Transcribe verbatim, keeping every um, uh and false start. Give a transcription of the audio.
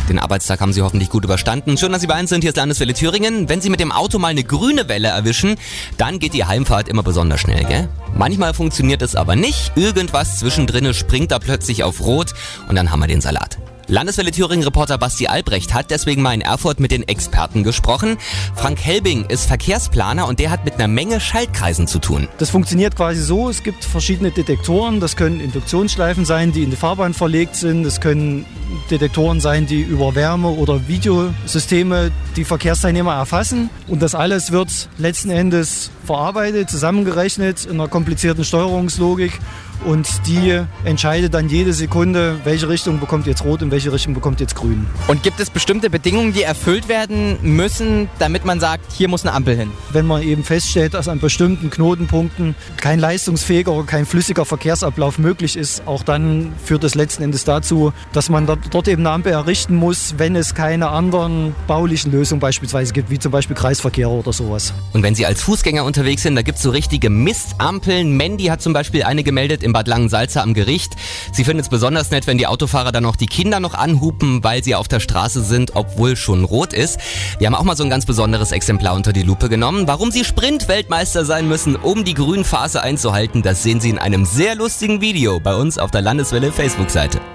Den Arbeitstag haben Sie hoffentlich gut überstanden. Schön, dass Sie bei uns sind. Hier ist Landeswelle Thüringen. Wenn Sie mit dem Auto mal eine grüne Welle erwischen, dann geht die Heimfahrt immer besonders schnell, gell? Manchmal funktioniert es aber nicht. Irgendwas zwischendrin springt da plötzlich auf Rot und dann haben wir den Salat. Landeswelle Thüringen-Reporter Basti Albrecht hat deswegen mal in Erfurt mit den Experten gesprochen. Frank Helbing ist Verkehrsplaner und der hat mit einer Menge Schaltkreisen zu tun. Das funktioniert quasi so, es gibt verschiedene Detektoren. Das können Induktionsschleifen sein, die in die Fahrbahn verlegt sind. Das können Detektoren sein, die über Wärme- oder Videosysteme die Verkehrsteilnehmer erfassen. Und das alles wird letzten Endes verarbeitet, zusammengerechnet in einer komplizierten Steuerungslogik. Und die entscheidet dann jede Sekunde, welche Richtung bekommt jetzt rot und welche Richtung bekommt jetzt grün. Und gibt es bestimmte Bedingungen, die erfüllt werden müssen, damit man sagt, hier muss eine Ampel hin? Wenn man eben feststellt, dass an bestimmten Knotenpunkten kein leistungsfähiger oder kein flüssiger Verkehrsablauf möglich ist, auch dann führt es letzten Endes dazu, dass man dort eben eine Ampel errichten muss, wenn es keine anderen baulichen Lösungen beispielsweise gibt, wie zum Beispiel Kreisverkehre oder sowas. Und wenn Sie als Fußgänger unterwegs sind, da gibt es so richtige Mistampeln. Mandy hat zum Beispiel eine gemeldet im Bad Langensalza am Gericht. Sie findet es besonders nett, wenn die Autofahrer dann noch die Kinder noch anhupen, weil sie auf der Straße sind, obwohl schon rot ist. Wir haben auch mal so ein ganz besonderes Exemplar unter die Lupe genommen. Warum sie Sprint-Weltmeister sein müssen, um die Grünphase einzuhalten, das sehen Sie in einem sehr lustigen Video bei uns auf der Landeswelle Facebook-Seite.